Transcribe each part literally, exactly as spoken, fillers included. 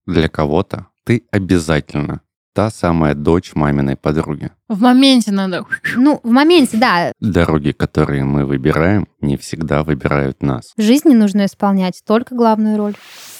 Для кого-то ты обязательно та самая дочь маминой подруги. В моменте надо. Ну, в моменте, да. Дороги, которые мы выбираем, не всегда выбирают нас. В жизни нужно исполнять только главную роль.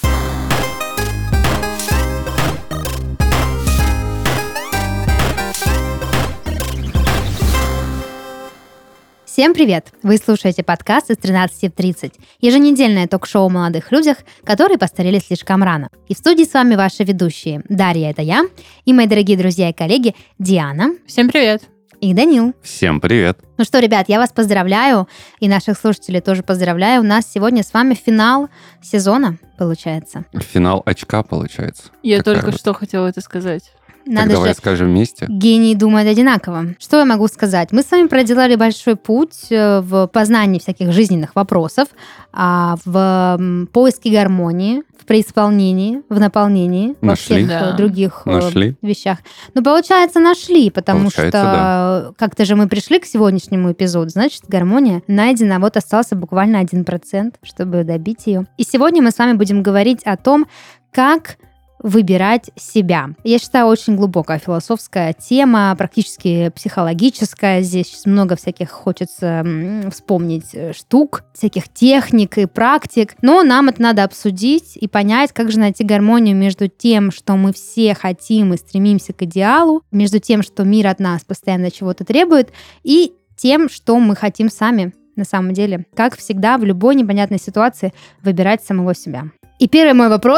Всем привет! Вы слушаете подкаст из тринадцати в тридцать. Еженедельное ток-шоу о молодых людях, которые постарели слишком рано. И в студии с вами ваши ведущие. Дарья, это я, и мои дорогие друзья и коллеги Диана. Всем привет! И Данил. Всем привет! Ну что, ребят, я вас поздравляю, и наших слушателей тоже поздравляю. У нас сегодня с вами финал сезона, получается. Финал очка, получается. Я Такая только вот. что хотела это сказать. Надо Так давай же, скажем вместе. гении думают одинаково. Что я могу сказать? Мы с вами проделали большой путь э, в познании всяких жизненных вопросов, а, в м, поиске гармонии, в преисполнении, в наполнении, во Нашли. всех Да. э, других э, Нашли. вещах. Ну, получается, нашли, потому Получается, что как-то же мы пришли к сегодняшнему эпизоду, значит, гармония найдена, вот остался буквально один процент, чтобы добить ее. И сегодня мы с вами будем говорить о том, как выбирать себя. Я считаю, очень глубокая философская тема, практически психологическая. Здесь сейчас много всяких хочется м, вспомнить э, штук, всяких техник и практик. Но нам это надо обсудить и понять, как же найти гармонию между тем, что мы все хотим и стремимся к идеалу, между тем, что мир от нас постоянно чего-то требует, и тем, что мы хотим сами на самом деле. Как всегда, в любой непонятной ситуации выбирать самого себя. И первый мой вопрос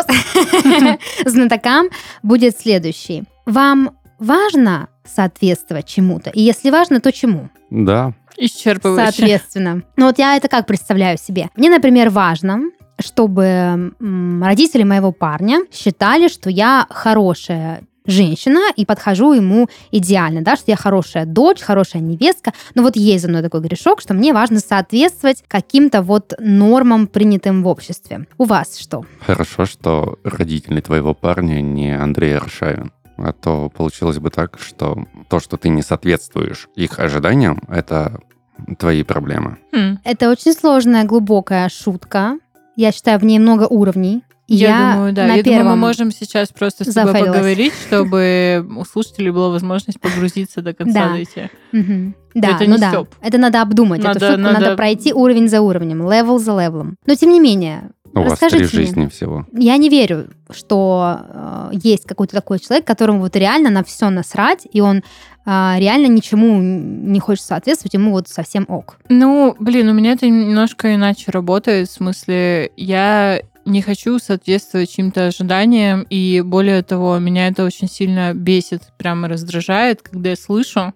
знатокам будет следующий. Вам важно соответствовать чему-то? И если важно, то чему? Да. Исчерпывающе. Соответственно. Ну вот я это как представляю себе? Мне, например, важно, чтобы м, родители моего парня считали, что я хорошая женщина и подхожу ему идеально, да, что я хорошая дочь, хорошая невестка. Но вот есть за мной такой грешок, что мне важно соответствовать каким-то вот нормам, принятым в обществе. У вас что? Хорошо, что родители твоего парня не Андрей Аршавин. А то получилось бы так, что то, что ты не соответствуешь их ожиданиям, это твои проблемы. Хм. Это очень сложная, глубокая шутка. Я считаю, в ней много уровней. Я, думаю, да. на Я первом... думаю, мы можем сейчас просто с тобой зафейлилась. поговорить, чтобы у слушателей была возможность погрузиться до конца Да. дойти. Мгм. Да, Это ну не да. стёб. Это надо обдумать. Надо- Эту шутку надо... надо- пройти уровень за уровнем, левел за левелом. Но тем не менее, У вас расскажите три мне. жизни всего. Я не верю, что э, есть какой-то такой человек, которому вот реально на все насрать, и он э, реально ничему не хочет соответствовать, ему вот совсем ок. Ну, блин, у меня это немножко иначе работает. В смысле, я не хочу соответствовать чьим-то ожиданиям, и более того, меня это очень сильно бесит, прямо раздражает, когда я слышу,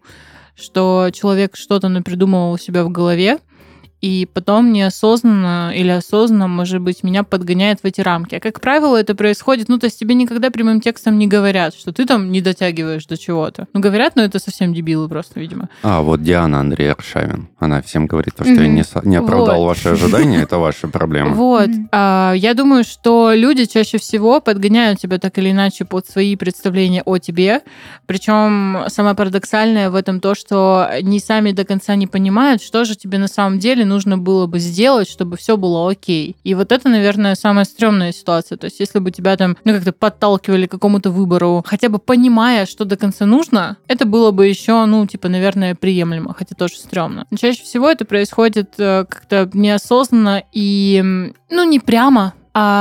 что человек что-то напридумывал у себя в голове, и потом неосознанно или осознанно, может быть, меня подгоняет в эти рамки. А как правило, это происходит, ну, то есть тебе никогда прямым текстом не говорят, что ты там не дотягиваешь до чего-то. Ну, говорят, но это совсем дебилы просто, видимо. А, вот Диана Андрей Аршавин. Она всем говорит, что я Мгм. не, со- не оправдал Вот. ваши ожидания, это ваша проблема. Вот. Мгм. А, я думаю, что люди чаще всего подгоняют тебя так или иначе под свои представления о тебе. Причем самое парадоксальное в этом то, что они сами до конца не понимают, что же тебе на самом деле нужно было бы сделать, чтобы все было окей. И вот это, наверное, самая стрёмная ситуация. То есть если бы тебя там, ну, как-то подталкивали к какому-то выбору, хотя бы понимая, что до конца нужно, это было бы еще, ну, типа, наверное, приемлемо, хотя тоже стрёмно. Но чаще всего это происходит э, как-то неосознанно и, м, ну, не прямо,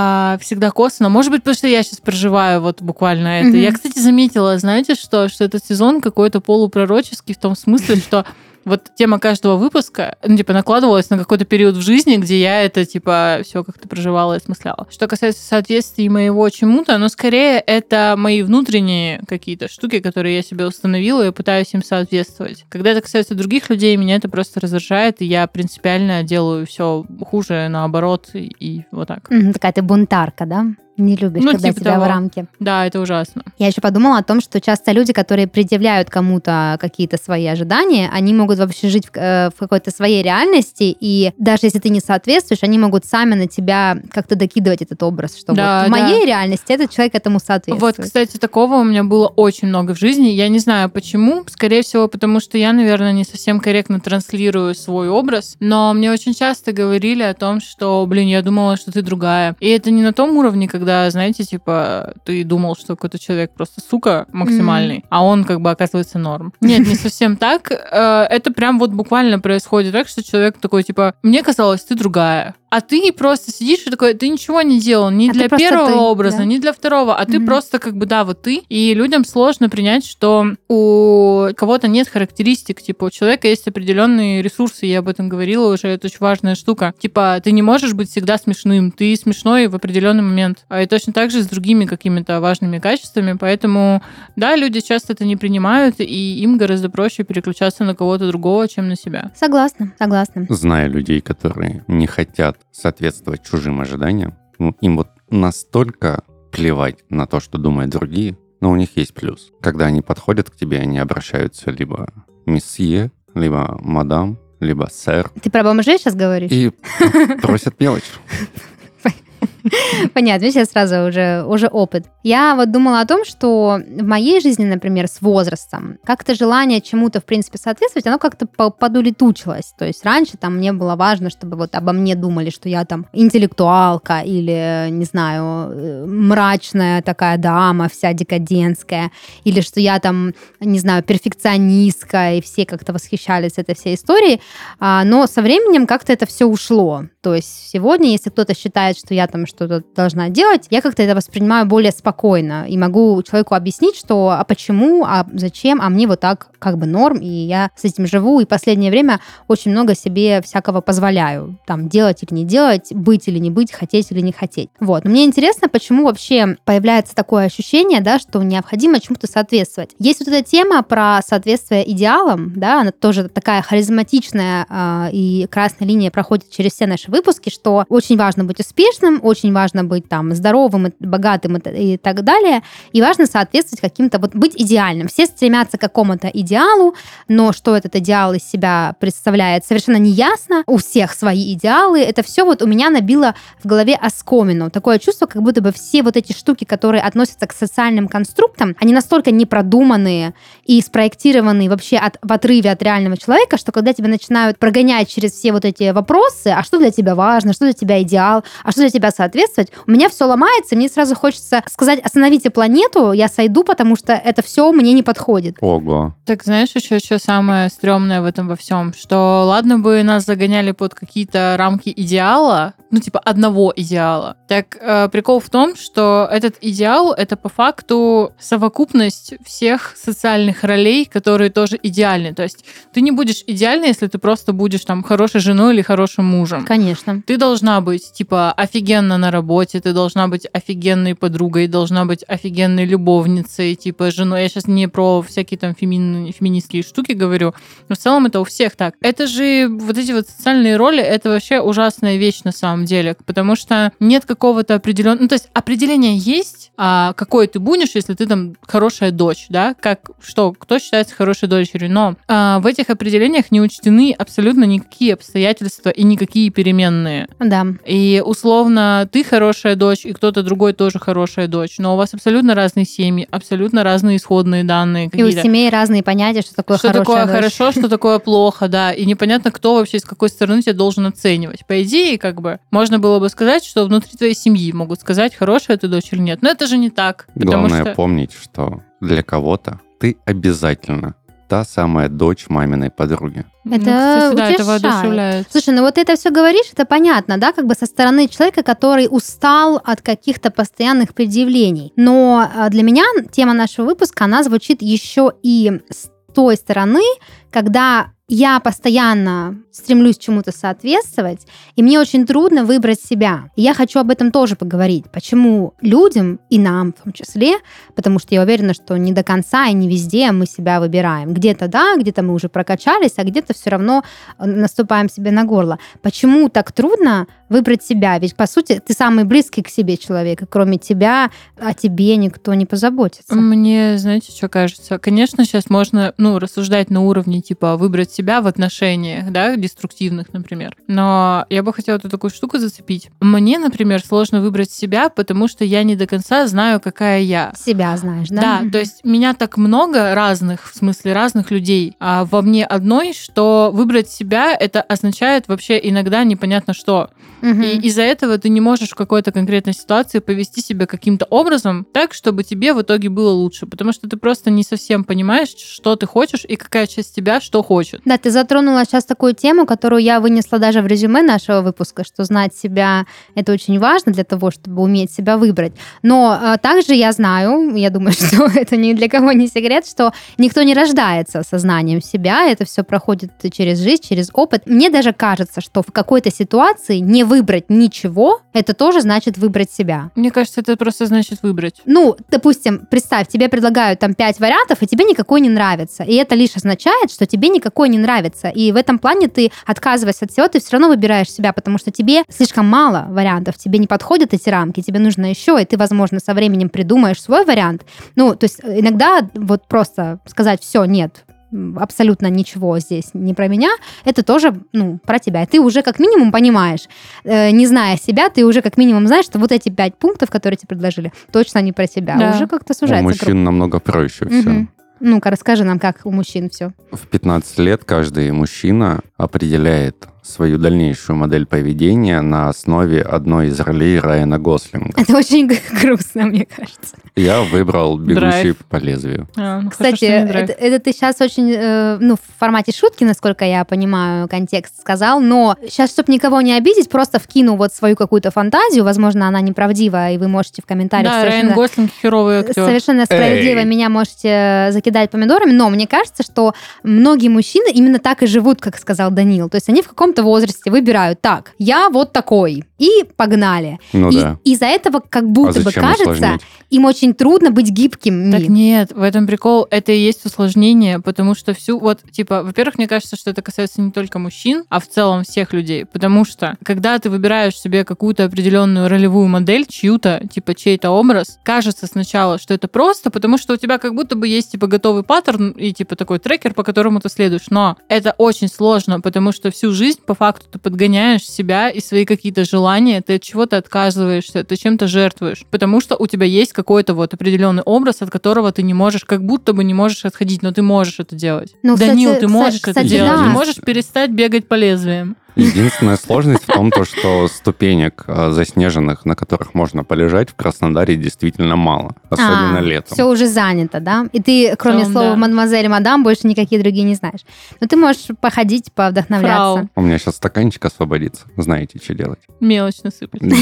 а всегда косвенно. Может быть, потому что я сейчас проживаю вот буквально это. Мгм. Я, кстати, заметила, знаете что, что этот сезон какой-то полупророческий в том смысле, что вот тема каждого выпуска, ну, типа, накладывалась на какой-то период в жизни, где я это, типа, все как-то проживала и осмысляла. Что касается соответствия моего чему-то, но скорее это мои внутренние какие-то штуки, которые я себе установила и пытаюсь им соответствовать. Когда это касается других людей, меня это просто раздражает, и я принципиально делаю все хуже, наоборот, и, и вот так. Мгм, такая ты бунтарка, да? Не любишь, Ну, когда типа тебя того. в рамки. Да, это ужасно. Я еще подумала о том, что часто люди, которые предъявляют кому-то какие-то свои ожидания, они могут вообще жить в, э, в какой-то своей реальности, и даже если ты не соответствуешь, они могут сами на тебя как-то докидывать этот образ, что Да, вот в да. моей реальности этот человек этому соответствует. Вот, кстати, такого у меня было очень много в жизни. Я не знаю почему. Скорее всего, потому что я, наверное, не совсем корректно транслирую свой образ. Но мне очень часто говорили о том, что, блин, я думала, что ты другая. И это не на том уровне, когда, знаете, типа, ты думал, что какой-то человек просто сука максимальный, mm-hmm. а он как бы оказывается норм. Нет, не совсем так. Это прям вот буквально происходит так, что человек такой, типа, мне казалось, ты другая. А ты просто сидишь и такой, ты ничего не делал ни а для первого ты, образа, да? ни для второго, а mm-hmm. ты просто как бы, да, вот ты. И людям сложно принять, что у кого-то нет характеристик, типа у человека есть определенные ресурсы, я об этом говорила уже, это очень важная штука. Типа ты не можешь быть всегда смешным, ты смешной в определенный момент. А и точно так же с другими какими-то важными качествами, поэтому, да, люди часто это не принимают, и им гораздо проще переключаться на кого-то другого, чем на себя. Согласна, согласна. Знаю людей, которые не хотят соответствовать чужим ожиданиям, ну, им вот настолько плевать на то, что думают другие, но у них есть плюс. Когда они подходят к тебе, они обращаются либо месье, либо мадам, либо сэр. Ты про бомжей сейчас говоришь? И просят мелочь. Понятно, сейчас сразу уже, уже опыт. Я вот думала о том, что в моей жизни, например, с возрастом, как-то желание чему-то, в принципе, соответствовать, оно как-то подулетучилось. То есть раньше там мне было важно, чтобы вот обо мне думали, что я там интеллектуалка или, не знаю, мрачная такая дама, вся декадентская, или что я там, не знаю, перфекционистка, и все как-то восхищались этой всей историей. Но со временем как-то это все ушло. То есть сегодня, если кто-то считает, что я там что-то должна делать, я как-то это воспринимаю более спокойно и могу человеку объяснить, что а почему, а зачем, а мне вот так как бы норм, и я с этим живу, и последнее время очень много себе всякого позволяю, там, делать или не делать, быть или не быть, хотеть или не хотеть. Вот. Но мне интересно, почему вообще появляется такое ощущение, да, что необходимо чему-то соответствовать. Есть вот эта тема про соответствие идеалам, да, она тоже такая харизматичная, э, и красная линия проходит через все наши выпуски, что очень важно быть успешным, очень важно быть там здоровым, богатым и так далее, и важно соответствовать каким-то, вот быть идеальным. Все стремятся к какому-то идеалу, но что этот идеал из себя представляет, совершенно неясно. У всех свои идеалы. Это все вот у меня набило в голове оскомину. Такое чувство, как будто бы все вот эти штуки, которые относятся к социальным конструктам, они настолько непродуманные и спроектированные вообще от, в отрыве от реального человека, что когда тебя начинают прогонять через все вот эти вопросы, а что для тебя важно, что для тебя идеал, а что для тебя соответствовать, у меня все ломается, мне сразу хочется сказать: остановите планету, я сойду, потому что это все мне не подходит. Ого. Так знаешь, еще, еще самое стрёмное в этом во всем, что ладно бы нас загоняли под какие-то рамки идеала, ну типа одного идеала. Так э, прикол в том, что этот идеал — это по факту совокупность всех социальных ролей, которые тоже идеальны. То есть ты не будешь идеальной, если ты просто будешь там хорошей женой или хорошим мужем. Конечно. Ты должна быть типа офигенно на работе, ты должна быть офигенной подругой, должна быть офигенной любовницей, типа женой. Я сейчас не про всякие там фемин... феминистские штуки говорю, но в целом это у всех так. Это же вот эти вот социальные роли, это вообще ужасная вещь на самом деле, потому что нет какого-то определенного... Ну, то есть определение есть, а какой ты будешь, если ты там хорошая дочь, да? Как, что, кто считается хорошей дочерью? Но а, в этих определениях не учтены абсолютно никакие обстоятельства и никакие переменные. Да. И условно ты хорошая дочь, и кто-то другой тоже хорошая дочь, но у вас абсолютно разные семьи, абсолютно разные исходные данные какие-то. И у семей разные понятия, что такое что хорошая такое дочь. Хорошо, что такое плохо, да, и непонятно, кто вообще с какой стороны тебя должен оценивать. По идее, как бы, можно было бы сказать, что внутри твоей семьи могут сказать, хорошая ты дочь или нет, но это же не так. Главное что... помнить, что для кого-то ты обязательно та самая дочь маминой подруги. Это ну, кстати, да, это утешает. воодушевляет. Слушай, ну вот ты это все говоришь, это понятно, да, как бы со стороны человека, который устал от каких-то постоянных предъявлений. Но для меня тема нашего выпуска, она звучит еще и с той стороны, когда я постоянно стремлюсь чему-то соответствовать, и мне очень трудно выбрать себя. И я хочу об этом тоже поговорить. Почему людям, и нам в том числе, потому что я уверена, что не до конца и не везде мы себя выбираем. Где-то да, где-то мы уже прокачались, а где-то все равно наступаем себе на горло. Почему так трудно выбрать себя? Ведь, по сути, ты самый близкий к себе человек, и кроме тебя о тебе никто не позаботится. Мне, знаете, что кажется? Конечно, сейчас можно, ну, рассуждать на уровне, типа, выбрать себя в отношениях, да, деструктивных, например. Но я бы хотела эту такую штуку зацепить. Мне, например, сложно выбрать себя, потому что я не до конца знаю, какая я. Себя знаешь, да? Да, то есть меня так много разных, в смысле разных людей, а во мне одной, что выбрать себя, это означает вообще иногда непонятно что. Угу. И из-за этого ты не можешь в какой-то конкретной ситуации повести себя каким-то образом так, чтобы тебе в итоге было лучше, потому что ты просто не совсем понимаешь, что ты хочешь и какая часть тебя что хочет. Да, ты затронула сейчас такую тему, которую я вынесла даже в резюме нашего выпуска, что знать себя — это очень важно для того, чтобы уметь себя выбрать. Но а, также я знаю, я думаю, что это ни для кого не секрет, что никто не рождается сознанием себя, это все проходит через жизнь, через опыт. Мне даже кажется, что в какой-то ситуации не выбрать ничего, это тоже значит выбрать себя. Мне кажется, это просто значит выбрать. Ну, допустим, представь, тебе предлагают там пять вариантов, и тебе никакой не нравится. И это лишь означает, что тебе никакой не нравится. И в этом плане ты, отказываясь от всего, ты все равно выбираешь себя, потому что тебе слишком мало вариантов, тебе не подходят эти рамки, тебе нужно еще, и ты, возможно, со временем придумаешь свой вариант. Ну, то есть иногда вот просто сказать «все, нет», абсолютно ничего здесь не про меня, это тоже, ну, про тебя. И ты уже как минимум понимаешь, э, не зная себя, ты уже как минимум знаешь, что вот эти пять пунктов, которые тебе предложили, точно не про тебя. Да. Уже как-то У сужается мужчин круг. намного проще все. Мгм. Ну-ка, расскажи нам, как у мужчин все. В пятнадцать лет каждый мужчина определяет свою дальнейшую модель поведения на основе одной из ролей Райана Гослинга. Это очень грустно, мне кажется. Я выбрал «Бегущий Драйв. по лезвию». А, ну, Кстати, хорошо, что не драйв. это, это ты сейчас очень, э, ну, в формате шутки, насколько я понимаю, контекст сказал, но сейчас, чтобы никого не обидеть, просто вкину вот свою какую-то фантазию, возможно, она неправдива, и вы можете в комментариях Да, совершенно, Райан Гослинг херовый актер. совершенно справедливо Эй. меня можете закидать помидорами, но мне кажется, что многие мужчины именно так и живут, как сказал Данил. То есть они в каком-то возрасте выбирают, так, я вот такой, и погнали. Ну и да. из-за этого как А будто бы зачем кажется, усложнять? им очень трудно быть гибким. Так нет, в этом прикол, это и есть усложнение, потому что всю, вот, типа, во-первых, мне кажется, что это касается не только мужчин, а в целом всех людей, потому что, когда ты выбираешь себе какую-то определенную ролевую модель, чью-то, типа, чей-то образ, кажется сначала, что это просто, потому что у тебя как будто бы есть, типа, готовый паттерн и, типа, такой трекер, по которому ты следуешь, но это очень сложно, потому что всю жизнь, по факту, ты подгоняешь себя и свои какие-то желания, ты от чего-то отказываешься, ты чем-то жертвуешь, потому что у тебя есть какой-то вот определенный образ, от которого ты не можешь, как будто бы не можешь отходить, но ты можешь это делать. Ну, Данил, кстати, ты можешь кстати, это делать, да. ты можешь перестать бегать по лезвиям. Единственная сложность в том, то, что ступенек а, заснеженных, на которых можно полежать, в Краснодаре действительно мало. Особенно А, летом. Все уже занято, да? И ты, кроме целом, слова да. мадемуазель и мадам, больше никакие другие не знаешь. Но ты можешь походить, повдохновляться. Фрау. У меня сейчас стаканчик освободится. Знаете, что делать. Мелочь насыпать. Да.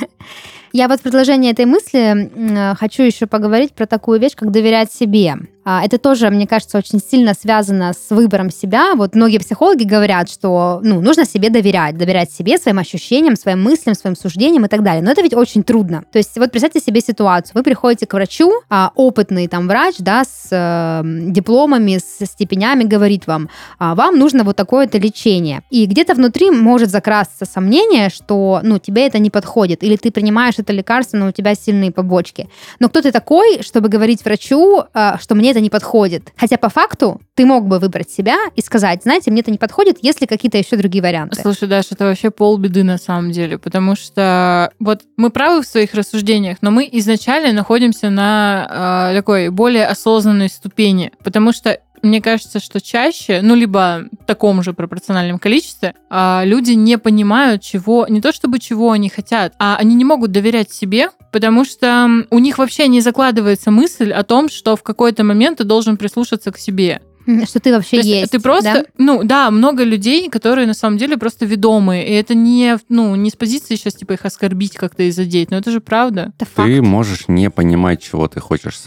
Я вот в продолжение этой мысли м, хочу еще поговорить про такую вещь, как доверять себе. А, Это тоже, мне кажется, очень сильно связано с выбором себя. Вот многие психологи говорят, что ну, нужно себе доверять, доверять себе, своим ощущениям, своим мыслям, своим суждениям и так далее. Но это ведь очень трудно. То есть вот представьте себе ситуацию. Вы приходите к врачу, а опытный там врач, да, с э, дипломами, со степенями говорит вам, а, вам нужно вот такое-то лечение. И где-то внутри может закрасться сомнение, что ну, тебе это не подходит, или ты принимаешь это лекарство, но у тебя сильные побочки. Но кто ты такой, чтобы говорить врачу, э, что мне это не подходит? Хотя по факту ты мог бы выбрать себя и сказать, знаете, мне это не подходит, есть ли какие-то еще другие варианты. Слушай, Даша, это вообще полбеды на самом деле, потому что вот мы правы в своих рассуждениях, но мы изначально находимся на э, такой более осознанной ступени, потому что мне кажется, что чаще, ну, либо в таком же пропорциональном количестве, а, люди не понимают, чего, не то чтобы чего они хотят, а они не могут доверять себе, потому что у них вообще не закладывается мысль о том, что в какой-то момент ты должен прислушаться к себе. Что ты вообще То есть есть. ты просто, да? ну да, много людей, которые на самом деле просто ведомые, и это не, ну, не с позиции сейчас типа их оскорбить как-то и задеть, но это же правда. Это факт. Ты можешь не понимать, чего ты хочешь сам,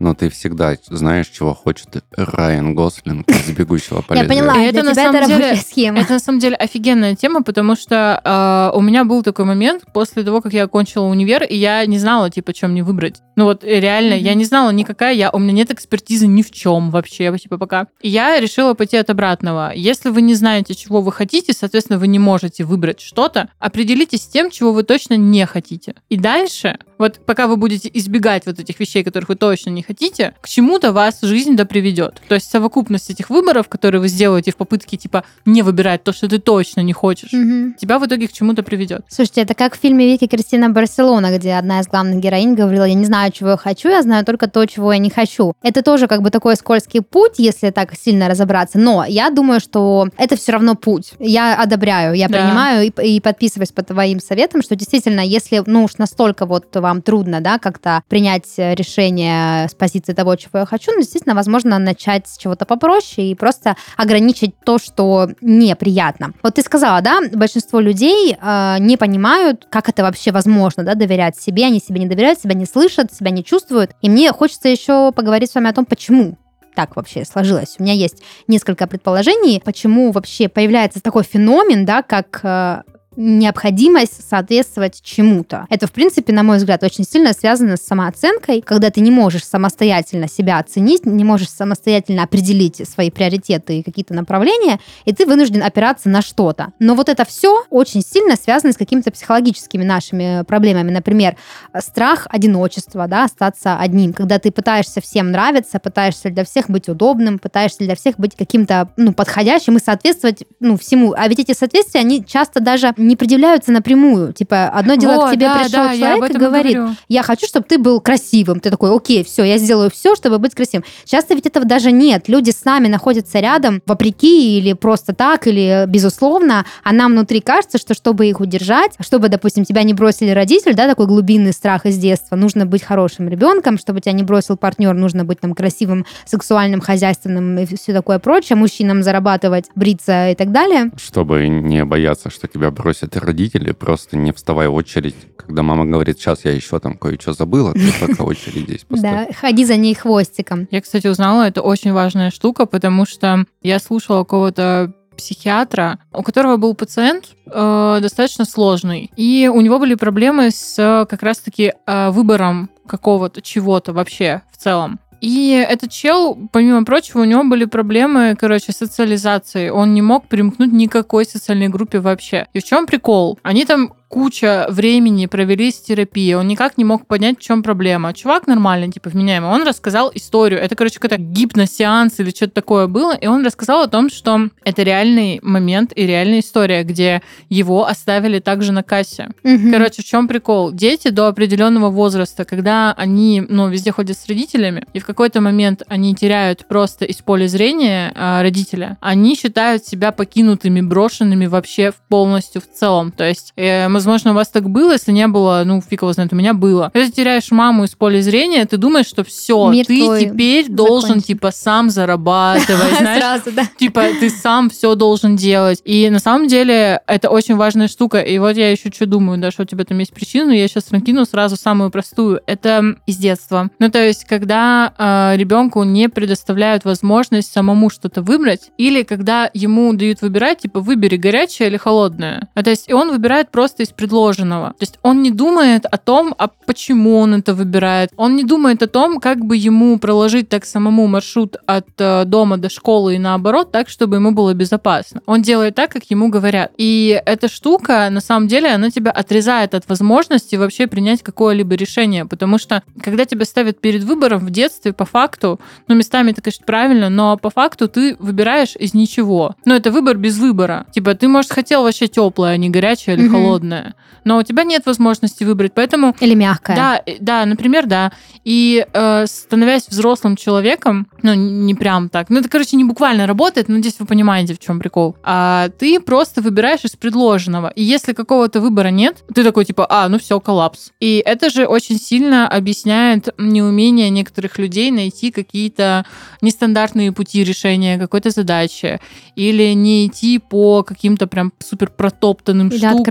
Но ты всегда знаешь, чего хочет Райан Гослинг из «Бегущего по Я лезвию». поняла, И для это на тебя самом это деле- рабочая схема. Это на самом деле офигенная тема, потому что э, у меня был такой момент после того, как я окончила универ, и я не знала, типа, чем мне выбрать. Ну вот э, реально, Мгм. я не знала никакая, я, у меня нет экспертизы ни в чем вообще, типа, пока. И я решила пойти от обратного. Если вы не знаете, чего вы хотите, соответственно, вы не можете выбрать что-то, определитесь с тем, чего вы точно не хотите. И дальше, вот пока вы будете избегать вот этих вещей, которых вы точно не хотите, к чему-то вас жизнь да приведет. То есть совокупность этих выборов, которые вы сделаете в попытке, типа, не выбирать то, что ты точно не хочешь, Мгм. тебя в итоге к чему-то приведет. Слушайте, это как в фильме «Вики Кристина Барселона», где одна из главных героинь говорила: я не знаю, чего я хочу, я знаю только то, чего я не хочу. Это тоже как бы такой скользкий путь, если так сильно разобраться, но я думаю, что это все равно путь. Я одобряю, я Да. принимаю и, и подписываюсь по твоим советам, что действительно, если, ну уж настолько вот вам трудно, да, как-то принять решение с позиции того, чего я хочу, ну, действительно, возможно, начать с чего-то попроще и просто ограничить то, что неприятно. Вот ты сказала, да, большинство людей э, не понимают, как это вообще возможно, да, доверять себе, они себе не доверяют, себя не слышат, себя не чувствуют. И мне хочется еще поговорить с вами о том, почему так вообще сложилось. У меня есть несколько предположений, почему вообще появляется такой феномен, да, как э, необходимость соответствовать чему-то. Это, в принципе, на мой взгляд, очень сильно связано с самооценкой, когда ты не можешь самостоятельно себя оценить, не можешь самостоятельно определить свои приоритеты и какие-то направления, и ты вынужден опираться на что-то. Но вот это все очень сильно связано с какими-то психологическими нашими проблемами. Например, страх одиночества, да, остаться одним. Когда ты пытаешься всем нравиться, пытаешься для всех быть удобным, пытаешься для всех быть каким-то, ну, подходящим и соответствовать, ну, всему. А ведь эти соответствия, они часто даже не предъявляются напрямую. Типа, одно дело, Вот, к тебе да, пришел да, я об человек и этом и говорит: говорю. я хочу, чтобы ты был красивым. Ты такой: окей, все, я сделаю все, чтобы быть красивым. Часто ведь этого даже нет. Люди с нами находятся рядом вопреки или просто так, или безусловно, а нам внутри кажется, что чтобы их удержать, чтобы, допустим, тебя не бросили родители, да, такой глубинный страх из детства, нужно быть хорошим ребенком, чтобы тебя не бросил партнер, нужно быть там красивым, сексуальным, хозяйственным и все такое прочее, мужчинам зарабатывать, бриться и так далее. Чтобы не бояться, что тебя бросят родители, просто не вставай в очередь. Когда мама говорит: сейчас я еще там кое-что забыла, ты пока очередь здесь поставь. Да, ходи за ней хвостиком. Я, кстати, узнала, это очень важная штука, потому что я слушала какого-то психиатра, у которого был пациент э, достаточно сложный, и у него были проблемы с э, как раз-таки э, выбором какого-то чего-то вообще в целом. И этот чел, помимо прочего, у него были проблемы, короче, с социализацией. Он не мог примкнуть ни к какой социальной группе вообще. И в чем прикол? Они там куча времени провели с терапией, он никак не мог понять, в чем проблема. Чувак нормальный, типа, вменяемый, он рассказал историю. Это, короче, какой-то гипносеанс или что-то такое было, и он рассказал о том, что это реальный момент и реальная история, где его оставили также на кассе. Мгм. Короче, в чем прикол? Дети до определенного возраста, когда они, ну, везде ходят с родителями, и в какой-то момент они теряют просто из поля зрения а, родителя, они считают себя покинутыми, брошенными вообще полностью в целом. То есть, э, возможно, у вас так было, если не было, ну, фиг его знает, у меня было. Когда ты теряешь маму из поля зрения, ты думаешь, что все, Мир ты твой теперь должен, закончен. типа, сам зарабатывать, знаешь, Сразу, да. типа, ты сам все должен делать. И на самом деле это очень важная штука. И вот я еще что думаю, да, что у тебя там есть причину, я сейчас накину сразу самую простую. Это из детства. Ну, то есть, когда э, ребенку не предоставляют возможность самому что-то выбрать, или когда ему дают выбирать, типа, выбери горячее или холодное. А, то есть, и он выбирает просто из предложенного. То есть, он не думает о том, а почему он это выбирает. Он не думает о том, как бы ему проложить так самому маршрут от э, дома до школы и наоборот, так, чтобы ему было безопасно. Он делает так, как ему говорят. И эта штука, на самом деле, она тебя отрезает от возможности вообще принять какое-либо решение, потому что, когда тебя ставят перед выбором в детстве, по факту, ну, местами это, конечно, правильно, но по факту ты выбираешь из ничего. Ну, это выбор без выбора. Типа, ты, может, хотел вообще теплое, а не горячее или Мгм. холодное, но у тебя нет возможности выбрать, поэтому Или мягкая. да, э, да, например, да. И э, становясь взрослым человеком, ну, не прям так, ну, это, короче, не буквально работает, но здесь вы понимаете, в чем прикол. А ты просто выбираешь из предложенного. И если какого-то выбора нет, ты такой, типа, а, ну все, коллапс. И это же очень сильно объясняет неумение некоторых людей найти какие-то нестандартные пути решения какой-то задачи или не идти по каким-то прям супер протоптанным Или открыть штукам. свой бизнес.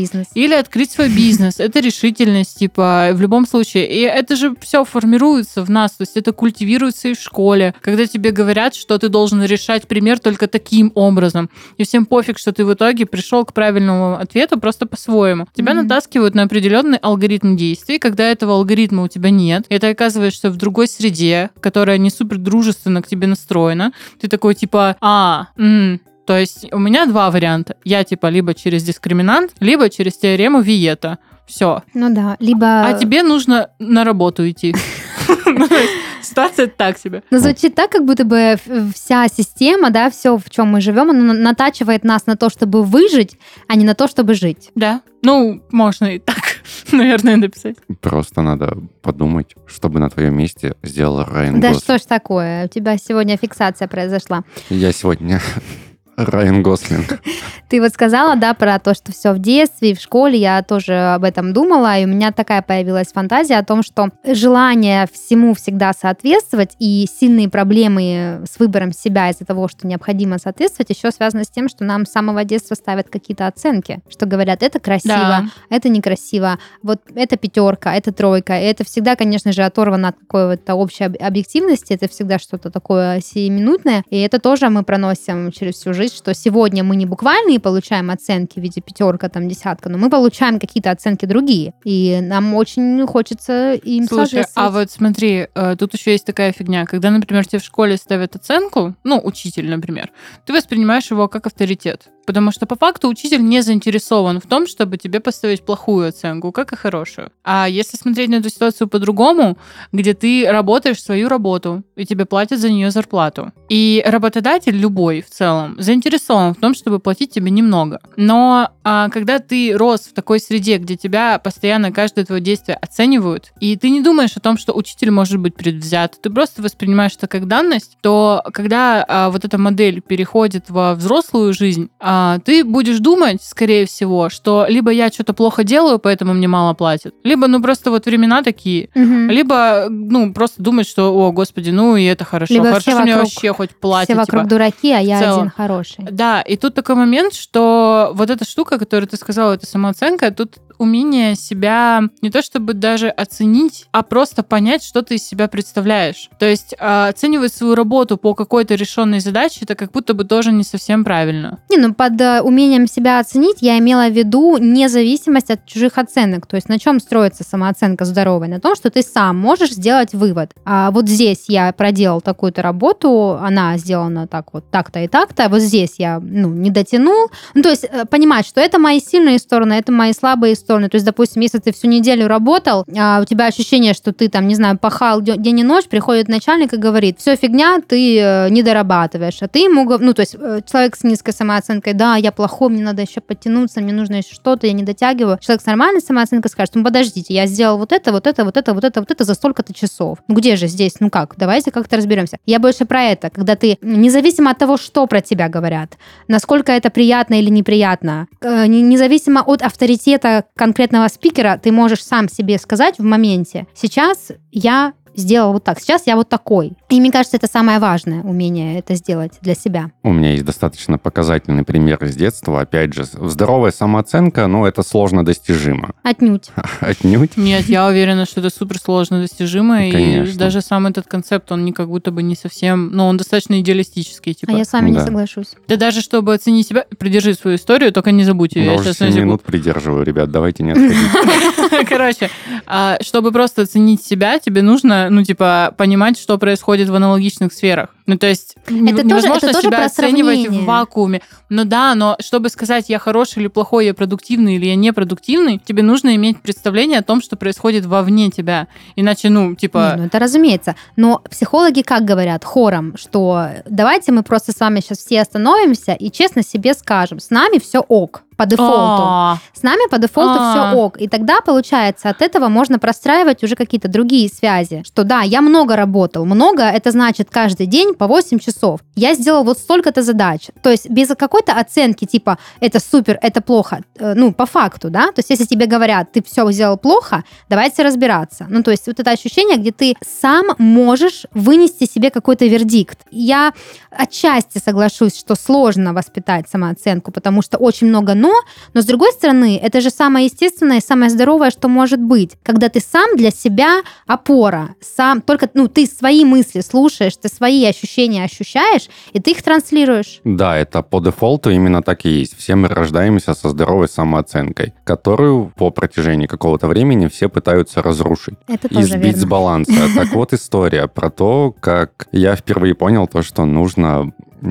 бизнес. Или открыть свой бизнес. Это решительность, типа, в любом случае. И это же все формируется в нас, то есть это культивируется и в школе, когда тебе говорят, что ты должен решать пример только таким образом. И всем пофиг, что ты в итоге пришел к правильному ответу просто по-своему. Тебя mm-hmm. натаскивают на определенный алгоритм действий, когда этого алгоритма у тебя нет, и ты оказываешься в другой среде, которая не супер дружественно к тебе настроена. Ты такой, типа, а, м-м. То есть у меня два варианта. Я, типа, либо через дискриминант, либо через теорему Виета. Все. Ну да, либо... А тебе нужно на работу идти. Ситуация так себе. Но звучит так, как будто бы вся система, да, все, в чем мы живем, она натачивает нас на то, чтобы выжить, а не на то, чтобы жить. Да. Ну, можно и так, наверное, написать. Просто надо подумать, чтобы на твоем месте сделал Райан Да Гослинг. что ж такое? У тебя сегодня фиксация произошла. Я сегодня... Райан Гослинг. Ты вот сказала, да, про то, что все в детстве и в школе, я тоже об этом думала, и у меня такая появилась фантазия о том, что желание всему всегда соответствовать и сильные проблемы с выбором себя из-за того, что необходимо соответствовать, еще связано с тем, что нам с самого детства ставят какие-то оценки, что говорят, это красиво, да. это некрасиво, вот это пятерка, это тройка, и это всегда, конечно же, оторвано от какой-то общей объективности, это всегда что-то такое сиюминутное, и это тоже мы проносим через всю жизнь, что сегодня мы не буквально получаем оценки в виде пятерка, там, десятка, но мы получаем какие-то оценки другие. И нам очень хочется им Слушай, соответствовать. а вот смотри, тут еще есть такая фигня. Когда, например, тебе в школе ставят оценку, ну, учитель, например, ты воспринимаешь его как авторитет. Потому что по факту учитель не заинтересован в том, чтобы тебе поставить плохую оценку, как и хорошую. А если смотреть на эту ситуацию по-другому, где ты работаешь свою работу, и тебе платят за нее зарплату. И работодатель любой в целом заинтересован в том, чтобы платить тебе немного. Но а, когда ты рос в такой среде, где тебя постоянно каждое твое действие оценивают, и ты не думаешь о том, что учитель может быть предвзят, ты просто воспринимаешь это как данность, то когда а, вот эта модель переходит во взрослую жизнь, а, ты будешь думать, скорее всего, что либо я что-то плохо делаю, поэтому мне мало платят, либо, ну, просто вот времена такие, угу. либо, ну, просто думать, что, о, господи, ну, и это хорошо, либо хорошо, что мне вообще хоть платят. Все вокруг типа, дураки, а я один хороший. Да, и тут такой момент, что вот эта штука, которую ты сказала, это самооценка, тут умение себя не то чтобы даже оценить, а просто понять, что ты из себя представляешь. То есть оценивать свою работу по какой-то решенной задаче, это как будто бы тоже не совсем правильно. Не, ну под умением себя оценить я имела в виду независимость от чужих оценок. То есть на чем строится самооценка здоровая? На том, что ты сам можешь сделать вывод. А вот здесь я проделал такую-то работу, она сделана так вот, так-то и так-то, а вот здесь я, ну, не дотянул. Ну, то есть понимать, что это мои сильные стороны, это мои слабые стороны. То есть, допустим, если ты всю неделю работал, а у тебя ощущение, что ты там, не знаю, пахал день и ночь, приходит начальник и говорит, все фигня, ты не дорабатываешь. А ты ему, ну, то есть человек с низкой самооценкой, да, я плохой, мне надо еще подтянуться, мне нужно еще что-то, я не дотягиваю. Человек с нормальной самооценкой скажет, ну, подождите, я сделал вот это, вот это, вот это, вот это, вот это за столько-то часов. Ну, где же здесь? Ну, как? Давайте как-то разберемся. Я больше про это, когда ты, независимо от того, что про тебя говорят, насколько это приятно или неприятно, независимо от авторитета конкретного спикера, ты можешь сам себе сказать в моменте, сейчас я сделал вот так, сейчас я вот такой. И мне кажется, это самое важное умение это сделать для себя. У меня есть достаточно показательный пример из детства. Опять же, здоровая самооценка, ну, это сложно достижимо. Отнюдь. Отнюдь? Нет, я уверена, что это супер сложно достижимо. Конечно. И даже сам этот концепт, он не как будто бы не совсем... Ну, он достаточно идеалистический. Типа. А я с вами да. не соглашусь. Да даже чтобы оценить себя... Придержи свою историю, только не забудь ее. Я уже семь минут придерживаю, ребят, давайте не отходить. Короче, чтобы просто оценить себя, тебе нужно, ну, типа, понимать, что происходит в аналогичных сферах. Ну, то есть это невозможно тоже, это себя тоже оценивать сравнение. в вакууме. Ну да, но чтобы сказать, я хороший или плохой, я продуктивный или я непродуктивный, тебе нужно иметь представление о том, что происходит вовне тебя. Иначе, ну, типа... Не, ну это разумеется. Но психологи как говорят хором, что давайте мы просто с вами сейчас все остановимся и честно себе скажем, с нами все ок. По дефолту. А-а-а. С нами по дефолту А-а-а. все ок. И тогда, получается, от этого можно простраивать уже какие-то другие связи. Что да, я много работал. Много, это значит каждый день по восемь часов. Я сделал вот столько-то задач. То есть без какой-то оценки, типа, это супер, это плохо. Ну, по факту, да? То есть если тебе говорят, ты все сделал плохо, давайте разбираться. Ну, то есть вот это ощущение, где ты сам можешь вынести себе какой-то вердикт. Я отчасти соглашусь, что сложно воспитать самооценку, потому что очень много «но», но, с другой стороны, это же самое естественное и самое здоровое, что может быть, когда ты сам для себя опора, сам, только, ну, ты свои мысли слушаешь, ты свои ощущения ощущаешь, и ты их транслируешь. Да, это по дефолту именно так и есть. Все мы рождаемся со здоровой самооценкой, которую по протяжении какого-то времени все пытаются разрушить. Это и тоже сбить верно. с баланса. Так вот история про то, как я впервые понял то, что нужно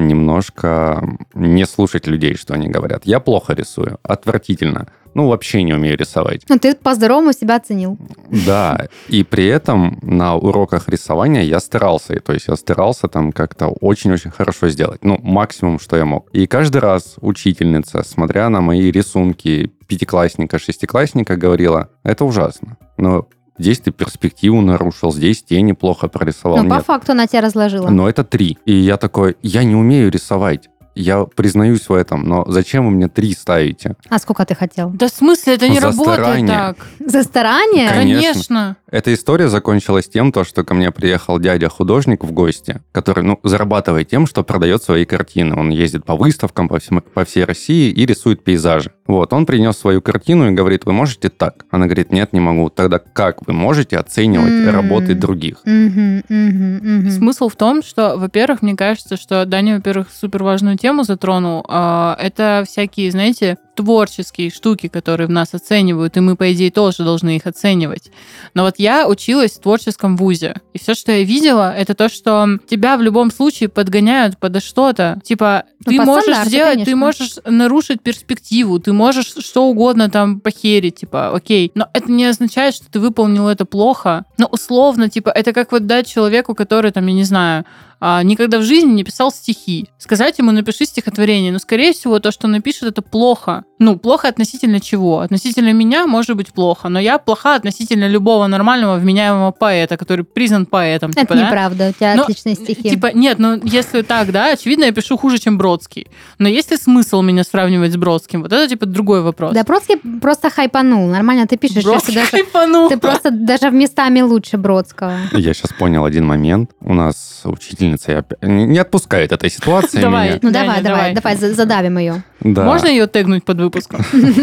немножко не слушать людей, что они говорят. Я плохо рисую, отвратительно. Ну, вообще не умею рисовать. Ну, ты по-здоровому себя оценил. Да, и при этом на уроках рисования я старался. То есть я старался там как-то очень-очень хорошо сделать. Ну, максимум, что я мог. И каждый раз учительница, смотря на мои рисунки пятиклассника, шестиклассника, говорила, это ужасно. Но здесь ты перспективу нарушил, здесь тени плохо прорисовал. Ну, по Нет. факту она тебя разложила. Но это три. И я такой, я не умею рисовать. Я признаюсь в этом, но зачем вы мне три ставите? А сколько ты хотел? Да в смысле, это не За работает старание. так. За старание? Конечно. Конечно. Эта история закончилась тем, то, что ко мне приехал дядя-художник в гости, который, ну, зарабатывает тем, что продает свои картины. Он ездит по выставкам по, всем, по всей России и рисует пейзажи. Вот, он принес свою картину и говорит, вы можете так? Она говорит, нет, не могу. Тогда как вы можете оценивать М. работы других? Мгм, мгм, мгм. Смысл в том, что, во-первых, мне кажется, что Даня, во-первых, супер важную тему затронул. А, Это всякие, знаете, творческие штуки, которые в нас оценивают, и мы, по идее, тоже должны их оценивать. Но вот я училась в творческом вузе, и все, что я видела, это то, что тебя в любом случае подгоняют под что-то. Типа, Ну, ты по можешь стандарту, сделать, ты конечно. можешь нарушить перспективу, ты можешь что угодно там похерить, типа, окей. Но это не означает, что ты выполнил это плохо. Но условно, типа, это как вот дать человеку, который, там, я не знаю, а, никогда в жизни не писал стихи. Сказать ему, напиши стихотворение. Но, скорее всего, то, что он напишет, это плохо. Ну, плохо относительно чего? Относительно меня может быть плохо, но я плоха относительно любого нормального, вменяемого поэта, который признан поэтом. Это типа, да? неправда, у тебя Но, отличные стихи. Типа, нет, ну, если так, да, очевидно, я пишу хуже, чем Бродский. Но есть ли смысл меня сравнивать с Бродским? Вот это, типа, другой вопрос. Да, Бродский просто хайпанул. Нормально ты пишешь. Бродский если даже- хайпанул. Ты просто даже местами лучше Бродского. Я сейчас понял один момент. У нас учительница я опять- не отпускает этой ситуации Давай. меня. Ну Даня, давай, давай, давай. давай, за- задавим ее. Да. Можно ее тегнуть под выпуском?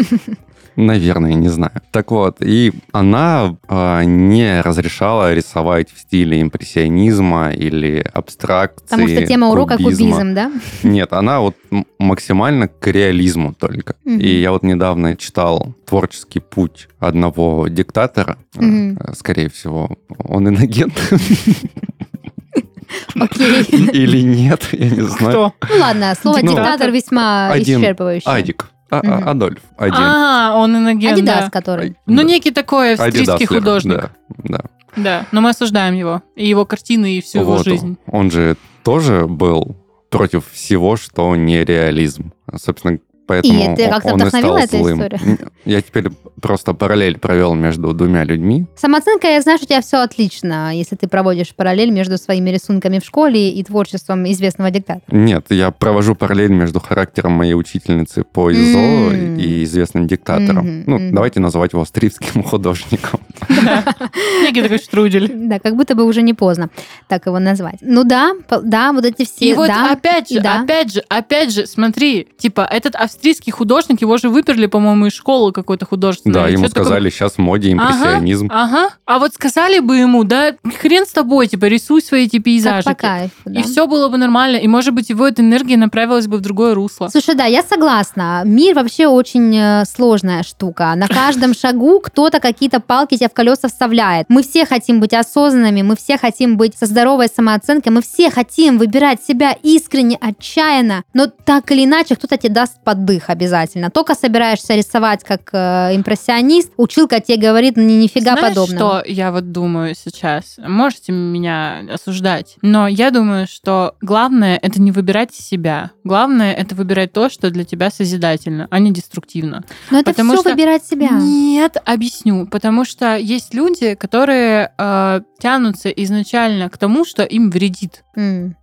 Наверное, не знаю. Так вот, и она э, не разрешала рисовать в стиле импрессионизма или абстракции. Потому что тема урока кубизма. кубизм, да? Нет, она вот м- максимально к реализму только. Мгм. И я вот недавно читал «Творческий путь» одного диктатора. Мгм. Э, Скорее всего, он инагент. Окей. Или нет, я не знаю. Кто? Ну ладно, слово Ну, диктатор весьма один исчерпывающее. Адик. А- а- Мгм. Адольф. Один. А, он иногент, Адидас, да. который. Ну, Да. некий такой австрийский Адидаслер, художник. Да, да. Да, но мы осуждаем его. И его картины, и всю его Вот, жизнь. Он же тоже был против всего, что не реализм. Собственно, поэтому И тебя как-то он и вдохновила стал эта злым. история? Я теперь просто параллель провел между двумя людьми. Самооценка, я знаю, что у тебя все отлично, если ты проводишь параллель между своими рисунками в школе и творчеством известного диктатора. Нет, я провожу параллель между характером моей учительницы по ИЗО М. и известным диктатором. Мгм, Ну, мгм. давайте называть его австрийским художником. Некий такой штрудель. Да, как будто бы уже не поздно так его назвать. Ну да, по- да, вот эти все, И вот да, опять и же, да. опять же, опять же, смотри, типа, этот австрийский художник, его же выперли, по-моему, из школы какой-то художественной. Да, или ему что-то такое. сказали, сейчас в моде импрессионизм. Ага. А вот сказали бы ему, да, хрен с тобой, типа, рисуй свои эти Как пейзажи. по кайфу, да. И все было бы нормально. И, может быть, его эта энергия направилась бы в другое русло. Слушай, да, я согласна. Мир вообще очень э, сложная штука. На каждом шагу кто-то какие-то палки тебе в колеса вставляет. Мы все хотим быть осознанными, мы все хотим быть со здоровой самооценкой, мы все хотим выбирать себя искренне, отчаянно, но так или иначе кто-то тебе даст поддых обязательно. Только собираешься рисовать как э, импрессионист, училка тебе говорит, ни нифига Знаешь, подобного. что я вот думаю сейчас? Можете меня осуждать, но я думаю, что главное — это не выбирать себя. Главное — это выбирать то, что для тебя созидательно, а не деструктивно. Но это потому все что- выбирать себя. Нет, объясню. Потому что есть люди, которые э, тянутся изначально к тому, что им вредит. М.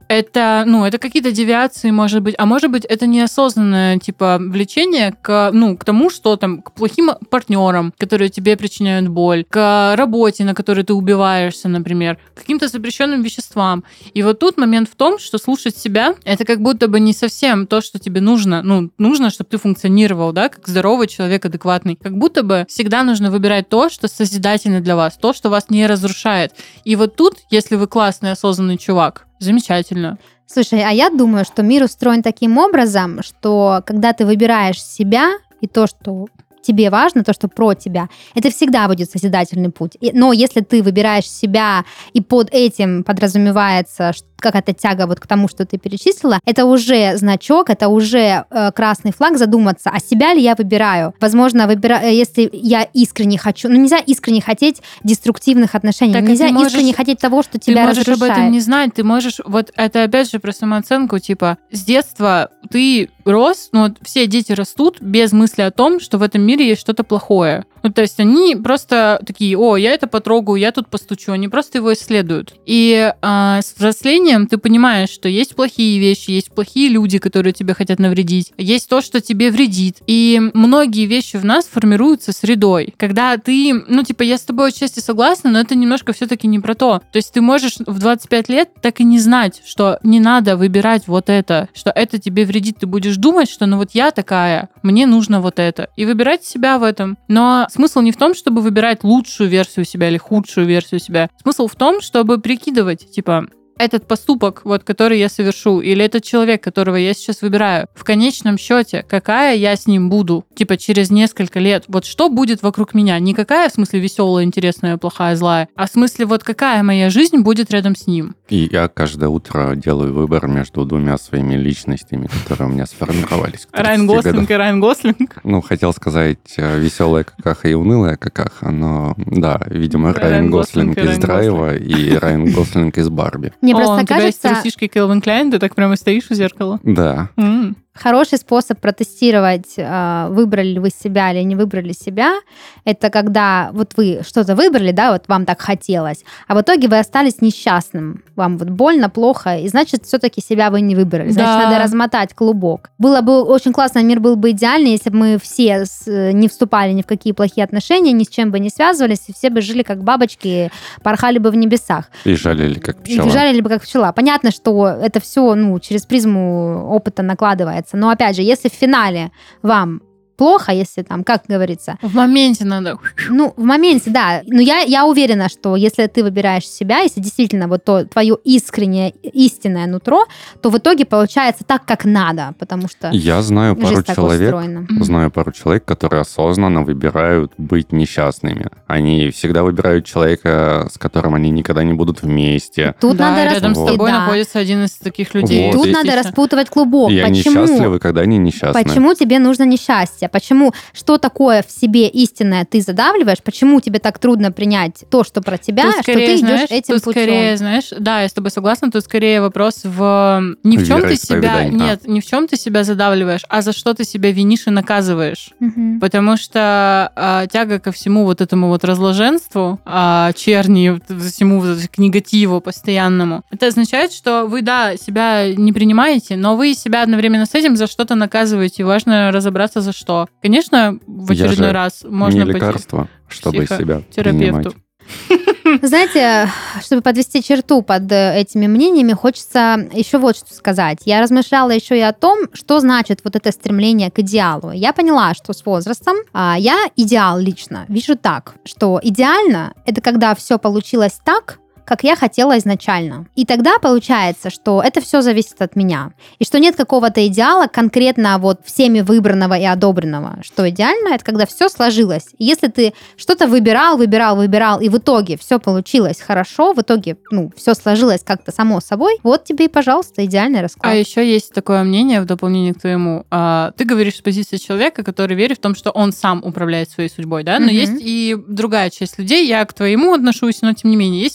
это, ну, это какие-то девиации, может быть, а может быть, это неосознанное, типа, влечение к, ну, к тому, что там, к плохим партнерам, которые тебе причиняют боль, к работе, на которой ты убиваешься, например, к каким-то запрещенным веществам. И вот тут момент в том, что слушать себя, это как будто бы не совсем то, что тебе нужно. Ну, нужно, чтобы ты функционировал, да, как здоровый человек, адекватный. Как будто бы всегда нужно выбирать то, что созидательно для вас, то, что вас не разрушает. И вот тут, если вы классный, осознанный чувак, замечательно. Слушай, а я думаю, что мир устроен таким образом, что когда ты выбираешь себя и то, что тебе важно, то, что про тебя, это всегда будет созидательный путь. И, но если ты выбираешь себя, и под этим подразумевается какая-то тяга вот к тому, что ты перечислила, это уже значок, это уже э, красный флаг, задуматься, а себя ли я выбираю. Возможно, выбира... если я искренне хочу... Ну, нельзя искренне хотеть деструктивных отношений, Так, нельзя можешь... искренне хотеть того, что тебя разрушает. Ты можешь об этом не знать, ты можешь... Вот это опять же про самооценку, типа, с детства ты рос, ну, вот все дети растут без мысли о том, что в этом мире есть что-то плохое. Ну, то есть они просто такие, о, я это потрогаю, я тут постучу, они просто его исследуют. И а, с взрослением ты понимаешь, что есть плохие вещи, есть плохие люди, которые тебе хотят навредить, есть то, что тебе вредит. И многие вещи в нас формируются средой. Когда ты, ну, типа, я с тобой отчасти согласна, но это немножко все-таки не про то. То есть ты можешь в двадцать пять лет так и не знать, что не надо выбирать вот это, что это тебе вредит. Ты будешь думать, что ну вот я такая, мне нужно вот это. И выбирать себя в этом. Но смысл не в том, чтобы выбирать лучшую версию себя или худшую версию себя. Смысл в том, чтобы прикидывать, типа, этот поступок, вот, который я совершу, или этот человек, которого я сейчас выбираю, в конечном счете, какая я с ним буду, типа, через несколько лет, вот что будет вокруг меня, не какая, в смысле, веселая, интересная, плохая, злая, а в смысле, вот какая моя жизнь будет рядом с ним. И я каждое утро делаю выбор между двумя своими личностями, которые у меня сформировались. Райан Гослинг и Райан Гослинг. Ну, хотел сказать веселая какаха и унылая какаха, но да, видимо, Райан Гослинг из Драйва и Райан Гослинг из Барби. Мне О, просто у тебя кажется... есть трусишки Кэлвин Клайн, ты так прямо стоишь у зеркала? Да. М. Хороший способ протестировать, выбрали ли вы себя или не выбрали себя, это когда вот вы что-то выбрали, да, вот вам так хотелось, а в итоге вы остались несчастным, вам вот больно, плохо, и значит, все-таки себя вы не выбрали. Значит, Да. надо размотать клубок. Было бы очень классно, мир был бы идеальный, если бы мы все не вступали ни в какие плохие отношения, ни с чем бы не связывались, и все бы жили как бабочки, порхали бы в небесах. И жалили, как пчела. И жалили бы как пчела. Понятно, что это все, ну, через призму опыта накладывается. Но опять же, если в финале вам плохо, если там, как говорится... В моменте надо... Ну, в моменте, да. Но я, я уверена, что если ты выбираешь себя, если действительно вот то твое искреннее, истинное нутро, то в итоге получается так, как надо, потому что Я знаю пару жизнь так человек, устроена. знаю пару человек, которые осознанно выбирают быть несчастными. Они всегда выбирают человека, с которым они никогда не будут вместе. Тут Да, надо рядом с распутать, тобой да. находится один из таких людей. Вот. Тут И- надо распутывать клубок. И они Почему? счастливы, когда они несчастны. Почему тебе нужно несчастье? Почему? Что такое в себе истинное ты задавливаешь? Почему тебе так трудно принять то, что про тебя, Тут что скорее, ты идешь знаешь, этим тут путем? скорее, знаешь, да, я с тобой согласна, тут скорее вопрос в не в чем ты себя, Вероисповедание. нет, не в чем ты себя задавливаешь, а за что ты себя винишь и наказываешь. Мгм. Потому что а, тяга ко всему вот этому вот разложенству, а, черни, вот всему вот к негативу постоянному, это означает, что вы, да, себя не принимаете, но вы себя одновременно с этим за что-то наказываете. Важно разобраться, за что. Конечно, в Я очередной же раз можно Не пойти лекарство, чтобы к себя психотерапевту. принимать. Знаете, чтобы подвести черту под э, этими мнениями, хочется еще вот что сказать. Я размышляла еще и о том, что значит вот это стремление к идеалу. Я поняла, что с возрастом а, я идеал лично вижу так, что идеально — это когда все получилось так, как я хотела изначально. И тогда получается, что это все зависит от меня. И что нет какого-то идеала конкретно вот всеми выбранного и одобренного. Что идеально — это когда все сложилось. И если ты что-то выбирал, выбирал, выбирал, и в итоге все получилось хорошо, в итоге, ну, все сложилось как-то само собой, вот тебе и, пожалуйста, идеальный расклад. А еще есть такое мнение в дополнение к твоему. А, ты говоришь с позиции человека, который верит в том, что он сам управляет своей судьбой, да? Но Мгм. есть и другая часть людей, я к твоему отношусь, но тем не менее, есть фаталисты.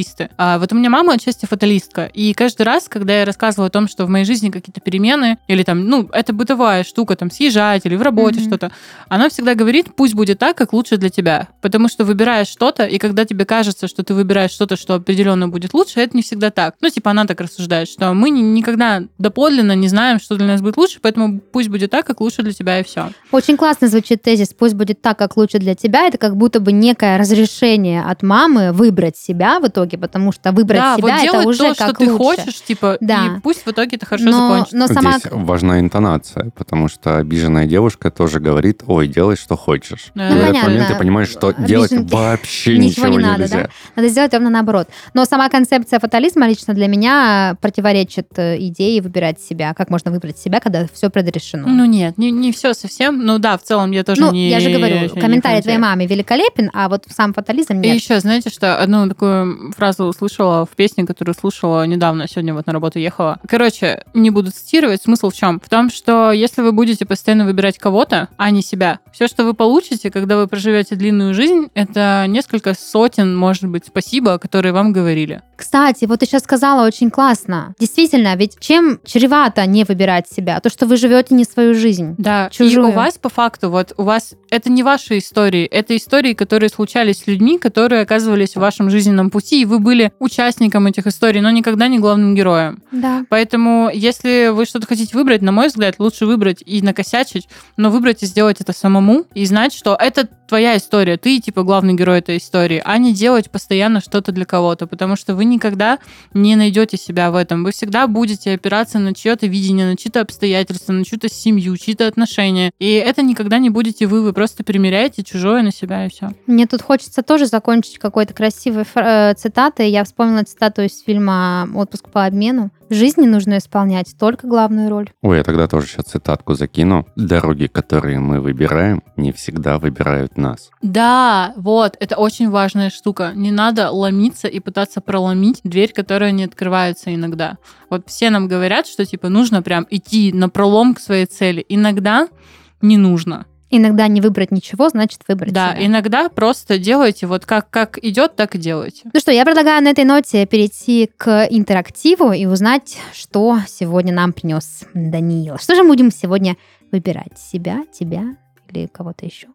фаталисты. А вот у меня мама отчасти фаталистка, и каждый раз, когда я рассказываю о том, что в моей жизни какие-то перемены, или там, ну, это бытовая штука, там, съезжать, или в работе mm-hmm. что-то, она всегда говорит, пусть будет так, как лучше для тебя. Потому что выбираешь что-то, и когда тебе кажется, что ты выбираешь что-то, что определенно будет лучше, это не всегда так. Ну, типа, она так рассуждает, что мы никогда доподлинно не знаем, что для нас будет лучше, поэтому пусть будет так, как лучше для тебя, и все. Очень классно звучит тезис «пусть будет так, как лучше для тебя». Это как будто бы некое разрешение от мамы выбрать себя в итоге, потому что выбрать да, себя вот это уже то, как что ты лучше. хочешь, типа, да. и пусть в итоге это хорошо но, закончится. Но сама... Здесь важна интонация, потому что обиженная девушка тоже говорит, ой, делай, что хочешь. Ну, и в понятно. этот момент ты понимаешь, что Обиженки делать вообще ничего ничего не надо, нельзя. Да? Надо сделать ровно наоборот. Но сама концепция фатализма лично для меня противоречит идее выбирать себя. Как можно выбрать себя, когда все предрешено? Ну нет, не, не все совсем. Ну да, в целом я тоже ну, не... я же говорю, не комментарий твоей мамы великолепен, а вот сам фатализм нет. И еще, знаете, что одну такую фразу услышала в песне, которую слушала недавно, сегодня вот на работу ехала. Короче, не буду цитировать, смысл в чем? В том, что если вы будете постоянно выбирать кого-то, а не себя, все, что вы получите, когда вы проживете длинную жизнь, это несколько сотен, может быть, спасибо, которые вам говорили. Кстати, вот ты сейчас сказала очень классно. Действительно, ведь чем чревато не выбирать себя? То, что вы живете не свою жизнь. Да, чужую. И у вас по факту, вот у вас, это не ваши истории, это истории, которые случались с людьми, которые оказывались в вашем жизненном пути, и вы были участником этих историй, но никогда не главным героем. Да. Поэтому, если вы что-то хотите выбрать, на мой взгляд, лучше выбрать и накосячить, но выбрать и сделать это самому, и знать, что это твоя история, ты, типа, главный герой этой истории, а не делать постоянно что-то для кого-то, потому что вы никогда не найдете себя в этом. Вы всегда будете опираться на чье-то видение, на чьи-то обстоятельства, на чью-то семью, чьи-то отношения. И это никогда не будете вы, вы просто примеряете чужое на себя, и все. Мне тут хочется тоже закончить какой-то красивой фра- цитатой. Я вспомнила цитату из фильма «Отпуск по обмену». В жизни нужно исполнять только главную роль. Ой, я тогда тоже сейчас цитатку закину. Дороги, которые мы выбираем, не всегда выбирают нас. Да, вот, это очень важная штука. Не надо ломиться и пытаться проломить дверь, которая не открывается иногда. Вот все нам говорят, что типа нужно прям идти напролом к своей цели. Иногда не нужно. Иногда не выбрать ничего, значит выбрать Да, себя. иногда просто делайте вот как, как идет, так и делайте. Ну что, я предлагаю на этой ноте перейти к интерактиву и узнать, что сегодня нам принес Даниил. Что же мы будем сегодня выбирать? Себя, тебя или кого-то еще?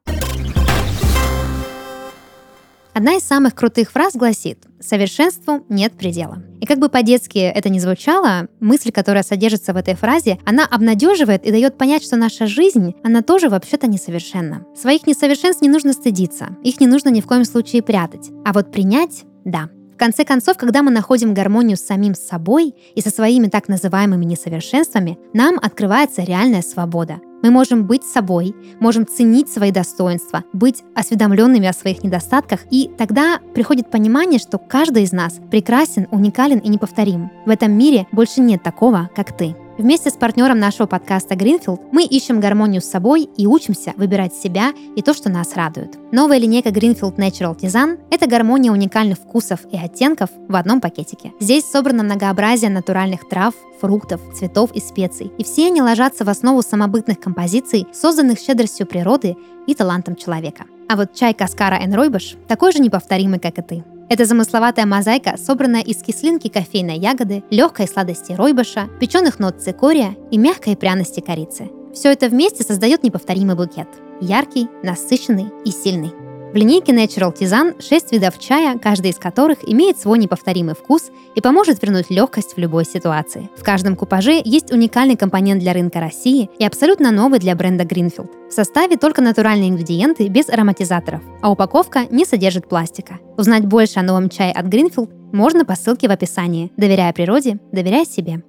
Одна из самых крутых фраз гласит: «Совершенству нет предела». И как бы по-детски это ни звучало, мысль, которая содержится в этой фразе, она обнадеживает и дает понять, что наша жизнь, она тоже вообще-то несовершенна. Своих несовершенств не нужно стыдиться, их не нужно ни в коем случае прятать. А вот принять — да. В конце концов, когда мы находим гармонию с самим собой и со своими так называемыми несовершенствами, нам открывается реальная свобода. Мы можем быть собой, можем ценить свои достоинства, быть осведомленными о своих недостатках, и тогда приходит понимание, что каждый из нас прекрасен, уникален и неповторим. В этом мире больше нет такого, как ты. Вместе с партнером нашего подкаста Greenfield мы ищем гармонию с собой и учимся выбирать себя и то, что нас радует. Новая линейка Greenfield Natural Tisane – это гармония уникальных вкусов и оттенков в одном пакетике. Здесь собрано многообразие натуральных трав, фруктов, цветов и специй. И все они ложатся в основу самобытных композиций, созданных щедростью природы и талантом человека. А вот чай Каскара энд Ройбуш такой же неповторимый, как и ты. Это замысловатая мозаика, собранная из кислинки кофейной ягоды, легкой сладости ройбуша, печеных нот цикория и мягкой пряности корицы. Все это вместе создает неповторимый букет. Яркий, насыщенный и сильный. В линейке Natural Tisane шесть видов чая, каждый из которых имеет свой неповторимый вкус и поможет вернуть легкость в любой ситуации. В каждом купаже есть уникальный компонент для рынка России и абсолютно новый для бренда Greenfield. В составе только натуральные ингредиенты без ароматизаторов, а упаковка не содержит пластика. Узнать больше о новом чае от Greenfield можно по ссылке в описании. Доверяя природе, доверяй себе.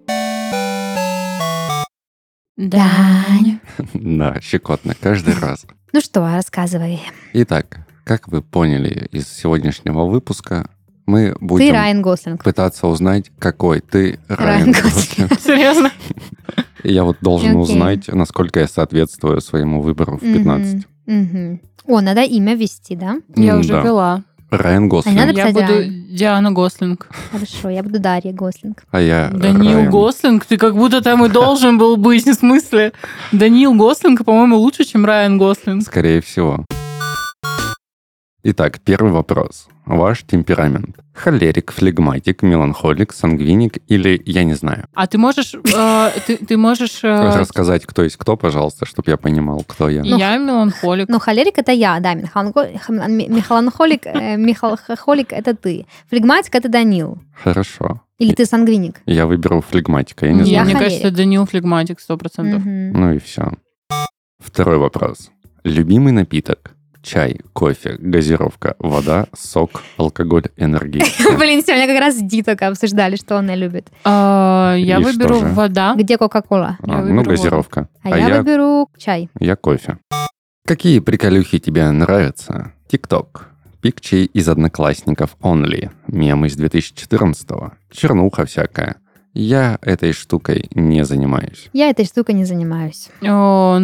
Дань. Да, щекотно каждый раз. Ну что, рассказывай. Итак, как вы поняли из сегодняшнего выпуска, мы Ты будем Райан Гослинг. пытаться узнать, какой ты Райан Райан Гослинг. Гослинг. Серьезно? Я вот должен Окей. узнать, насколько я соответствую своему выбору в пятнадцать. Мгм. О, надо имя ввести, да? Я М, уже да. ввела. Райан Гослинг. А не надо Я Написать буду Райан. Диана Гослинг. Хорошо, я буду Дарья Гослинг. А я Даниил Райан. Гослинг? Ты как будто там и должен был быть, в смысле. Даниил Гослинг, по-моему, лучше, чем Райан Гослинг. Скорее всего. Итак, первый вопрос. Ваш темперамент. Холерик, флегматик, меланхолик, сангвиник или я не знаю? А ты можешь... э, ты, ты можешь... э, Рассказать, кто есть кто, пожалуйста, чтобы я понимал, кто я. я меланхолик. Ну, холерик это я, да, меланхолик, меланхолик, э, меланхолик это ты. Флегматик это Данил. Хорошо. Или ты сангвиник? Я выберу флегматика, я не Не, Я знаю. мне холерик. кажется, Данил флегматик сто процентов. Мгм. Ну и все. Второй вопрос. Любимый напиток. Чай, кофе, газировка, вода, сок, алкоголь, энергетика. Блин, сегодня как раз с Ди только обсуждали, что она любит. А, я И выберу что же? вода. Где Кока-Кола? Я А, выберу ну, воду. газировка. А, я, выберу чай. я кофе. Какие приколюхи тебе нравятся? ТикТок. Пикчи из одноклассников only. Мемы из две тысячи четырнадцатого. Чернуха всякая. Я этой штукой не занимаюсь. Я этой штукой не занимаюсь. О,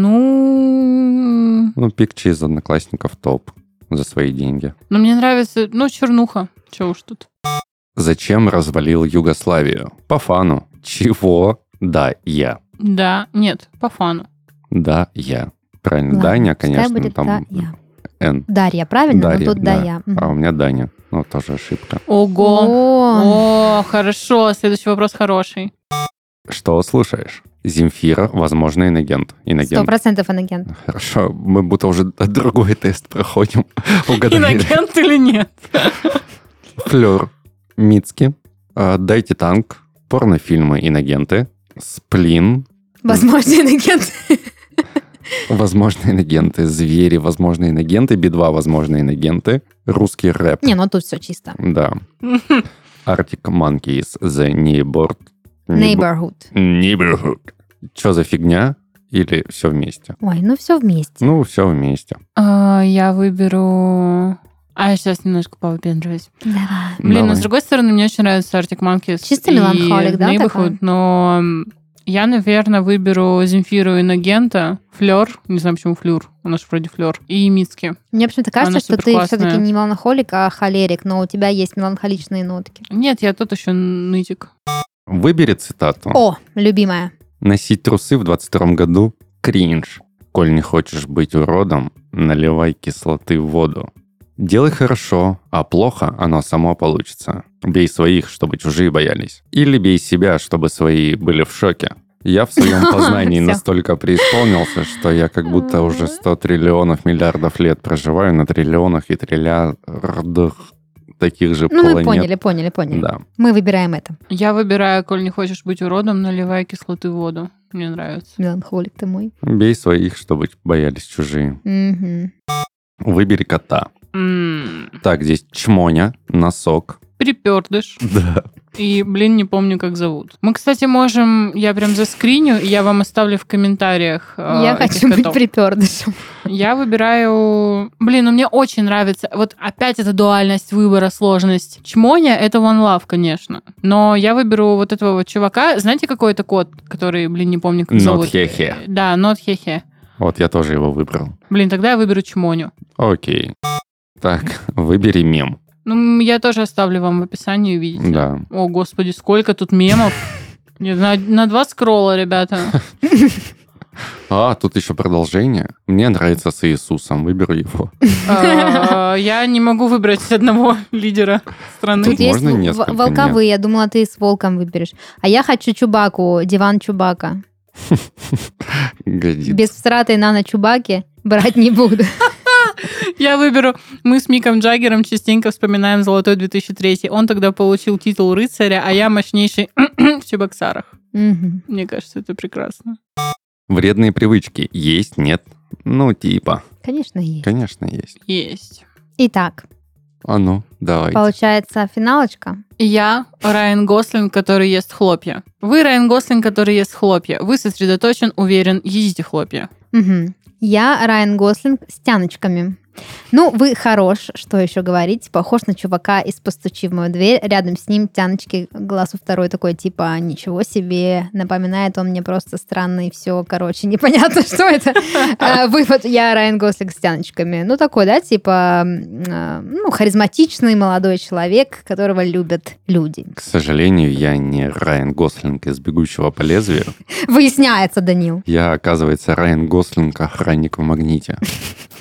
ну... Ну, пикчи из одноклассников топ. За свои деньги. Ну, мне нравится... Ну, чернуха. Че уж тут. Зачем развалил Югославию? По фану. Чего? Да, я. Да, нет, по фану. Да, я. Правильно, Ладно, Даня, пускай конечно, будет там да, я. Н. Дарья, правильно? Дарья, Но тут да, да. я. А у Мгм. меня Даня. Ну, тоже ошибка. Ого. О, О, хорошо. Следующий вопрос хороший. Что слушаешь? Земфира, возможно, инагент. Сто Инагент. процентов инагент. Хорошо, мы будто уже другой тест проходим. Угадали. Инагент или нет? Флёр, Мицки, а, Дайте танк, порнофильмы инагенты, Сплин, Возможно, инагент. возможно, инагенты, Звери, возможно, инагенты, Би два, возможно, инагенты, русский рэп. Не, ну тут все чисто. Да. Arctic Monkeys, The Neighborhood. Neighborhood. Neighborhood. Что за фигня? Или все вместе? Ой, ну все вместе. Ну, все вместе. А, Я выберу... А, я сейчас немножко повыпендриваюсь. Давай. Блин, Давай. но с другой стороны, мне очень нравится Arctic Monkeys. Чисто и меланхолик, да, Neighborhood, такая? но м, я, наверное, выберу Земфиру Инагента, Флёр, не знаю, почему Флюр, у нас же вроде Флёр, и Мицки. Мне почему-то кажется, Она что ты суперклассная. все-таки не меланхолик, а холерик, но у тебя есть меланхоличные нотки. Нет, я тут еще нытик. Выбери цитату. О, любимая. Носить трусы в двадцать втором году – кринж. Коль не хочешь быть уродом, наливай кислоты в воду. Делай хорошо, а плохо оно само получится. Бей своих, чтобы чужие боялись. Или бей себя, чтобы свои были в шоке. Я в своем познании Всё. настолько преисполнился, что я как будто уже сто триллионов миллиардов лет проживаю на триллионах и триллиардах таких же Ну, мы планет. поняли, поняли, поняли. Да. Мы выбираем это. Я выбираю, коль не хочешь быть уродом, наливай кислоты в воду. Мне нравится. Меланхолик ты мой. Бей своих, чтобы боялись чужие. Мгм. Выбери кота. М, Так, здесь чмоня, носок. Припердыш. Да. И, блин, не помню, как зовут. Мы, кстати, можем... Я прям заскриню, и я вам оставлю в комментариях э, Я этих хочу быть котов. припердышем. Я выбираю... Блин, ну мне очень нравится... Вот опять эта дуальность выбора, сложность. Чмоня — это One Love, конечно. Но я выберу вот этого вот чувака. Знаете, какой это кот, который, блин, не помню, как Not зовут? Хе-Хе. Да, Not Хе-Хе. Вот я тоже его выбрал. Блин, тогда я выберу Чмоню. Окей. Так, выбери мем. Ну, я тоже оставлю вам в описании, увидите. Да. О, господи, сколько тут мемов. Нет, На, на два скролла, ребята. А, тут еще продолжение. Мне нравится с Иисусом, выберу его. А, Я не могу выбрать одного лидера страны. Тут есть можно в- несколько? волковые, я думала, ты с волком выберешь. А я хочу Чубаку, диван Чубака. Годится. Без всратой нано Чубаки брать не буду. Я выберу... Мы с Миком Джаггером частенько вспоминаем «Золотой две тысячи третий». Он тогда получил титул рыцаря, а я мощнейший в Чебоксарах. Мгм. Мне кажется, это прекрасно. Вредные привычки. Есть, нет? Ну, типа. Конечно, есть. Конечно, есть. Есть. Итак, А ну, давайте. получается финалочка. Я Райан Гослинг, который ест хлопья. Вы Райан Гослинг, который ест хлопья. Вы сосредоточен, уверен, едите хлопья. Мгм. Я Райан Гослинг с тяночками. Ну, вы хорош, что еще говорить. Похож на чувака из «Постучи в мою дверь». Рядом с ним тяночки, глаз у второй такой, типа, ничего себе. Напоминает он мне просто странный, все, короче, непонятно, что это. А, Вывод, я Райан Гослинг с тяночками. Ну, такой, да, типа, м, а, ну, харизматичный молодой человек, которого любят люди. К сожалению, я не Райан Гослинг из «Бегущего по лезвию». Выясняется, Данил. Я, оказывается, Райан Гослинг, охранник в «Магните».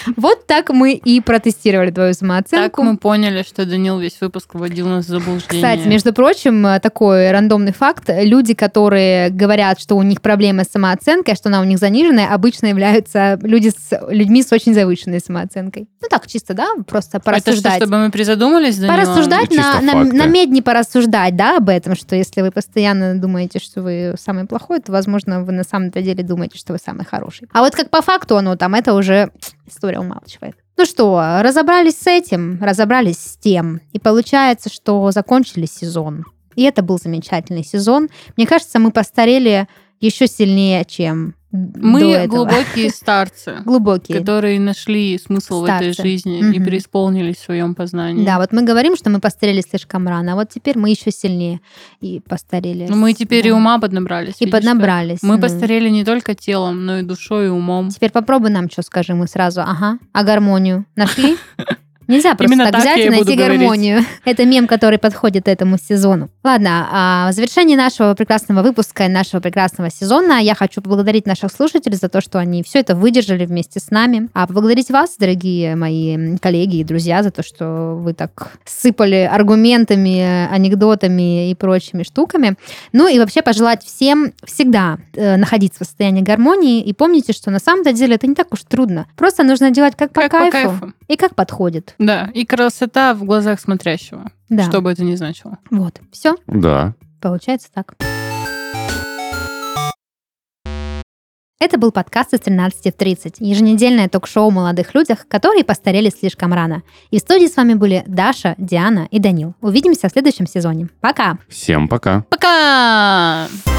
Вот так мы и протестировали твою самооценку. Так мы поняли, что Данил весь выпуск вводил нас в заблуждение. Кстати, между прочим, такой рандомный факт. Люди, которые говорят, что у них проблемы с самооценкой, что она у них заниженная, обычно являются люди с, людьми с очень завышенной самооценкой. Ну так, чисто, да, просто порассуждать. Это что, чтобы мы призадумались, Данила? Порассуждать, на, на, на медне порассуждать, да, об этом, что если вы постоянно думаете, что вы самый плохой, то, возможно, вы на самом-то деле думаете, что вы самый хороший. А вот как по факту оно там, это уже история умалчивает. Ну что, разобрались с этим, разобрались с тем. И получается, что закончили сезон. И это был замечательный сезон. Мне кажется, мы постарели еще сильнее, чем мы до этого. глубокие старцы. Глубокие. Которые нашли смысл Старцы. в этой жизни Мгм. и преисполнились в своем познании. Да, вот мы говорим, что мы постарели слишком рано, а вот теперь мы еще сильнее и постарели. Но мы теперь Да. и ума поднабрались. И видишь, поднабрались. да? Мы ну. постарели не только телом, но и душой, и умом. Теперь попробуй нам что скажи, мы сразу, ага, а гармонию нашли? Нельзя просто Именно так так взять я и и буду найти говорить. гармонию. Это мем, который подходит этому сезону. Ладно, а в завершении нашего прекрасного выпуска и нашего прекрасного сезона я хочу поблагодарить наших слушателей за то, что они все это выдержали вместе с нами. А поблагодарить вас, дорогие мои коллеги и друзья, за то, что вы так сыпали аргументами, анекдотами и прочими штуками. Ну и вообще пожелать всем всегда э, находиться в состоянии гармонии. И помните, что на самом-то деле это не так уж трудно. Просто нужно делать как по Как по кайфу кайфу. и как подходит. Да, и красота в глазах смотрящего. Да. Что бы это ни значило. Вот, все, Да. получается так. Это был подкаст из тринадцати в тридцать, еженедельное ток-шоу о молодых людях, которые постарели слишком рано. И в студии с вами были Даша, Диана и Данил. Увидимся в следующем сезоне. Пока! Всем пока. Пока!